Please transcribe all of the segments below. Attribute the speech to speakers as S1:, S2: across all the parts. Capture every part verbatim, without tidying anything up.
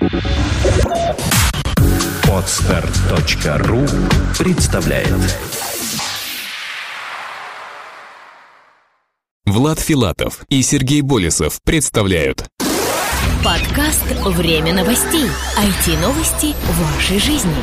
S1: Подстер точка ру представляет.
S2: Влад Филатов и Сергей Болесов представляют
S3: подкаст «Время новостей». ай ти-новости вашей жизни.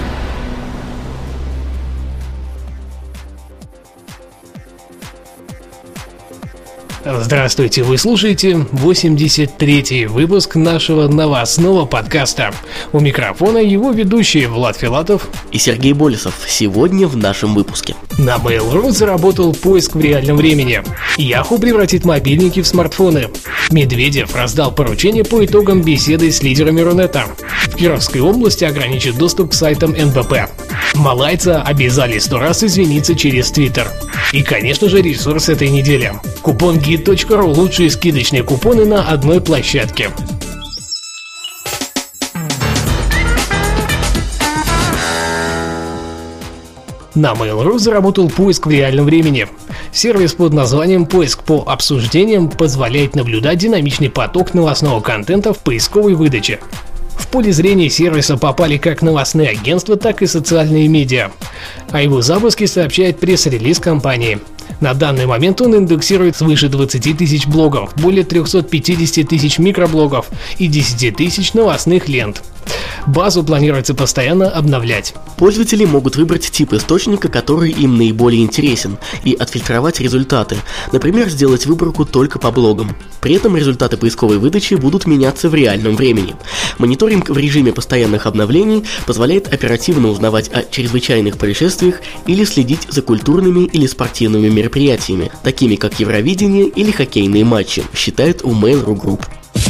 S4: Здравствуйте, вы слушаете восемьдесят третий выпуск нашего новостного подкаста. У микрофона его ведущие Влад Филатов
S5: и Сергей Болесов. Сегодня в нашем выпуске.
S4: На Mail.ru заработал поиск в реальном времени. Yahoo превратит мобильники в смартфоны. Медведев раздал поручение по итогам беседы с лидерами Рунета. В Кировской области ограничит доступ к сайтам эн бэ пэ. Малайца обязали сто раз извиниться через Твиттер. И, конечно же, ресурс этой недели. Купон гид точка ру – лучшие скидочные купоны на одной площадке. На Mail.ru заработал поиск в реальном времени. Сервис под названием «Поиск по обсуждениям» позволяет наблюдать динамичный поток новостного контента в поисковой выдаче. В поле зрения сервиса попали как новостные агентства, так и социальные медиа. О его запуске сообщает пресс-релиз компании. На данный момент он индексирует свыше двадцати тысяч блогов, более трехсот пятидесяти тысяч микроблогов и десяти тысяч новостных лент. Базу планируется постоянно обновлять.
S5: Пользователи могут выбрать тип источника, который им наиболее интересен, и отфильтровать результаты. Например, сделать выборку только по блогам. При этом результаты поисковой выдачи будут меняться в реальном времени. Мониторинг в режиме постоянных обновлений позволяет оперативно узнавать о чрезвычайных происшествиях или следить за культурными или спортивными мероприятиями, такими как Евровидение или хоккейные матчи, считает у Mail.ru Group.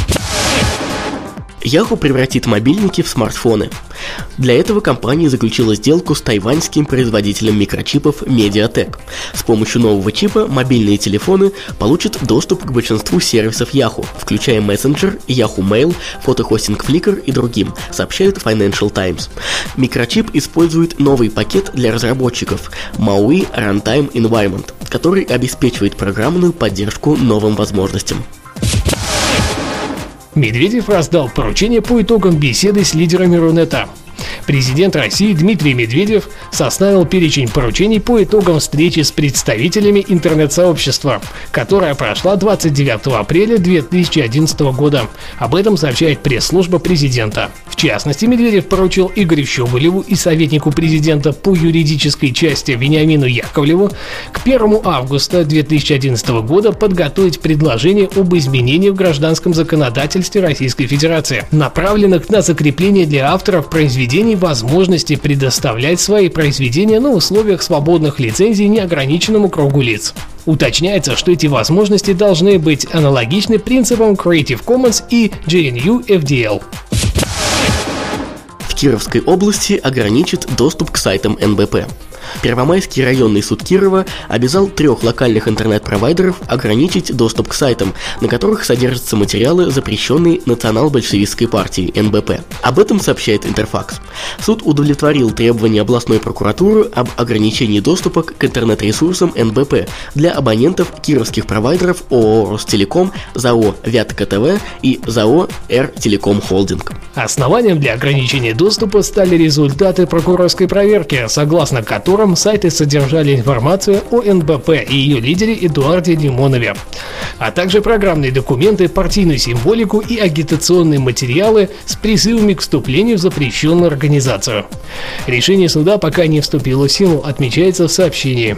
S5: Yahoo превратит мобильники в смартфоны. Для этого компания заключила сделку с тайваньским производителем микрочипов Mediatek. С помощью нового чипа мобильные телефоны получат доступ к большинству сервисов Yahoo, включая мессенджер, Yahoo Mail, фотохостинг Flickr и другим, сообщает Financial Times. Микрочип использует новый пакет для разработчиков MAUI Runtime Environment, который обеспечивает программную поддержку новым возможностям.
S4: Медведев раздал поручение по итогам беседы с лидерами Рунета. Президент России Дмитрий Медведев составил перечень поручений по итогам встречи с представителями интернет-сообщества, которая прошла двадцать девятого апреля две тысячи одиннадцатого года. Об этом сообщает пресс-служба президента. В частности, Медведев поручил Игорю Щеголеву и советнику президента по юридической части Вениамину Яковлеву к первому августа две тысячи одиннадцатого года подготовить предложение об изменении в гражданском законодательстве Российской Федерации, направленных на закрепление для авторов произведений возможности предоставлять свои произведения на условиях свободных лицензий неограниченному кругу лиц. Уточняется, что эти возможности должны быть аналогичны принципам Creative Commons и джей эн ю эф ди эл.
S5: В Кировской области ограничит доступ к сайтам эн бэ пэ. Первомайский районный суд Кирова обязал трех локальных интернет-провайдеров ограничить доступ к сайтам, на которых содержатся материалы, запрещенные национал-большевистской партией эн бэ пэ. Об этом сообщает Интерфакс. Суд удовлетворил требования областной прокуратуры об ограничении доступа к интернет-ресурсам эн бэ пэ для абонентов кировских провайдеров ООО «Ростелеком», ЗАО «Вятка ТВ» и ЗАО «Р Телеком Холдинг».
S4: Основанием для ограничения доступа стали результаты прокурорской проверки, согласно которым сайты содержали информацию о эн бэ пэ и ее лидере Эдуарде Лимонове, а также программные документы, партийную символику и агитационные материалы с призывами к вступлению в запрещенную организацию. Решение суда пока не вступило в силу, отмечается в сообщении.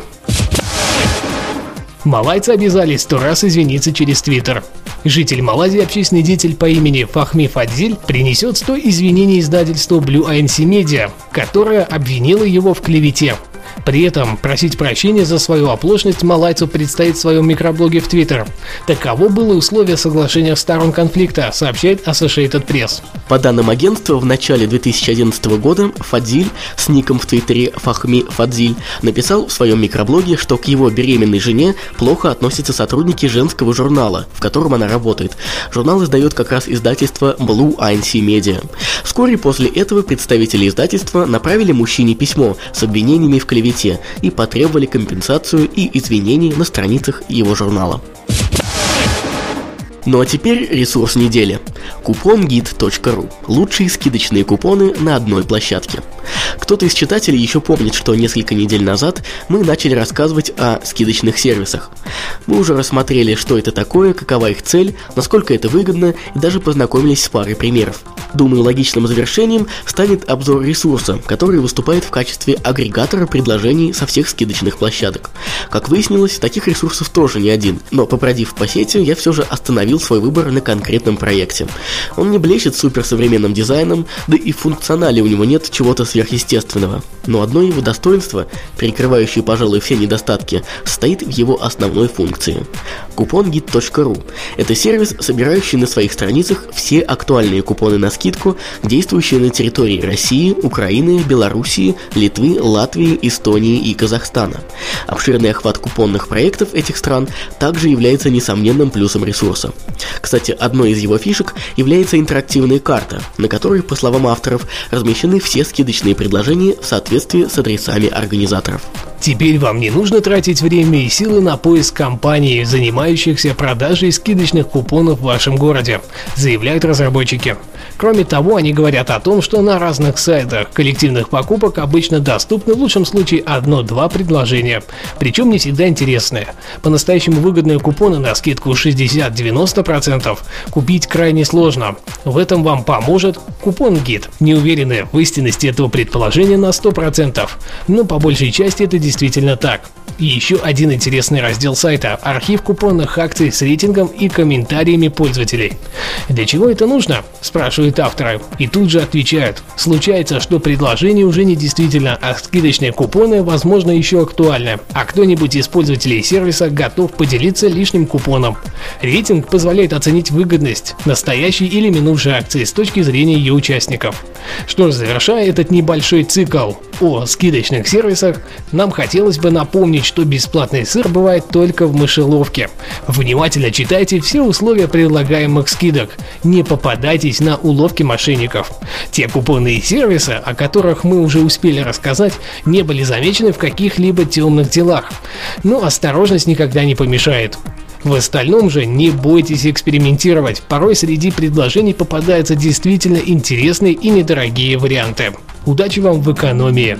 S4: Малайцы обязали сто раз извиниться через Твиттер. Житель Малайзии, общественный деятель по имени Фахми Фадзиль, принесет сто извинений издательству Blue ай эн си Media, которое обвинило его в клевете. При этом просить прощения за свою оплошность малайцу предстоит в своем микроблоге в Твиттер. Таково было условие соглашения сторон конфликта, сообщает Associated Press.
S5: По данным агентства, в начале две тысячи одиннадцатого года Фадзиль с ником в Твиттере Фахми Фадзиль написал в своем микроблоге, что к его беременной жене плохо относятся сотрудники женского журнала, в котором она работает. Журнал издает как раз издательство Blue ай эн си Media. Вскоре после этого представители издательства направили мужчине письмо с обвинениями в клевете и потребовали компенсацию и извинений на страницах его журнала. Ну а теперь ресурс недели. купон гид точка ру. Лучшие скидочные купоны на одной площадке. Кто-то из читателей еще помнит, что несколько недель назад мы начали рассказывать о скидочных сервисах. Мы уже рассмотрели, что это такое, какова их цель, насколько это выгодно, и даже познакомились с парой примеров. Думаю, логичным завершением станет обзор ресурса, который выступает в качестве агрегатора предложений со всех скидочных площадок. Как выяснилось, таких ресурсов тоже не один, но побродив по сети, я все же остановил свой выбор на конкретном проекте. Он не блещет суперсовременным дизайном, да и в функционале у него нет чего-то сверхъестественного. Но одно его достоинство, перекрывающее, пожалуй, все недостатки, состоит в его основной функции. купон гид точка ру – это сервис, собирающий на своих страницах все актуальные купоны на скидку, действующие на территории России, Украины, Белоруссии, Литвы, Латвии, Эстонии и Казахстана. Обширный охват купонных проектов этих стран также является несомненным плюсом ресурса. Кстати, одной из его фишек является интерактивная карта, на которой, по словам авторов, размещены все скидочные предложения в соответствии с адресами организаторов.
S4: Теперь вам не нужно тратить время и силы на поиск компаний, занимающихся продажей скидочных купонов в вашем городе, заявляют разработчики. Кроме того, они говорят о том, что на разных сайтах коллективных покупок обычно доступны в лучшем случае одно-два предложения, причем не всегда интересные. По-настоящему выгодные купоны на скидку шестьдесят-девяносто процентов купить крайне сложно. В этом вам поможет купон-гид. Не уверены в истинности этого предположения на сто процентов, но по большей части это действительно так. И еще один интересный раздел сайта – архив купонных акций с рейтингом и комментариями пользователей. Для чего это нужно? Спрашивают авторы. И тут же отвечают. Случается, что предложение уже не действительно, а скидочные купоны, возможно, еще актуальны. А кто-нибудь из пользователей сервиса готов поделиться лишним купоном. Рейтинг позволяет оценить выгодность настоящей или минувшей акции с точки зрения ее участников. Что же, завершая этот небольшой цикл о скидочных сервисах, нам хотелось бы напомнить, что бесплатный сыр бывает только в мышеловке. Внимательно читайте все условия предлагаемых скидок. Не попадайтесь на уловки мошенников. Те купоны и сервисы, о которых мы уже успели рассказать, не были замечены в каких-либо темных делах. Но осторожность никогда не помешает. В остальном же не бойтесь экспериментировать. Порой среди предложений попадаются действительно интересные и недорогие варианты. Удачи вам в экономии!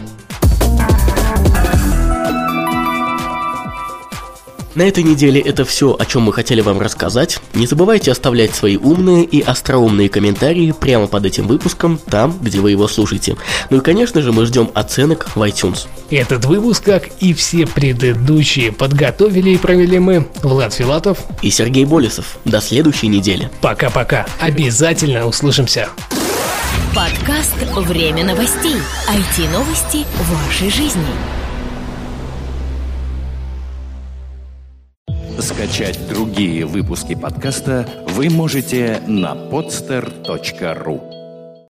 S5: На этой неделе это все, о чем мы хотели вам рассказать. Не забывайте оставлять свои умные и остроумные комментарии прямо под этим выпуском, там, где вы его слушаете. Ну и, конечно же, мы ждем оценок в iTunes.
S4: Этот выпуск, как и все предыдущие, подготовили и провели мы, Влад Филатов
S5: и Сергей Болесов. До следующей недели.
S4: Пока-пока. Обязательно услышимся.
S3: Подкаст «Время новостей». ай ти-новости вашей жизни.
S1: Скачать другие выпуски подкаста вы можете на podster точка ру.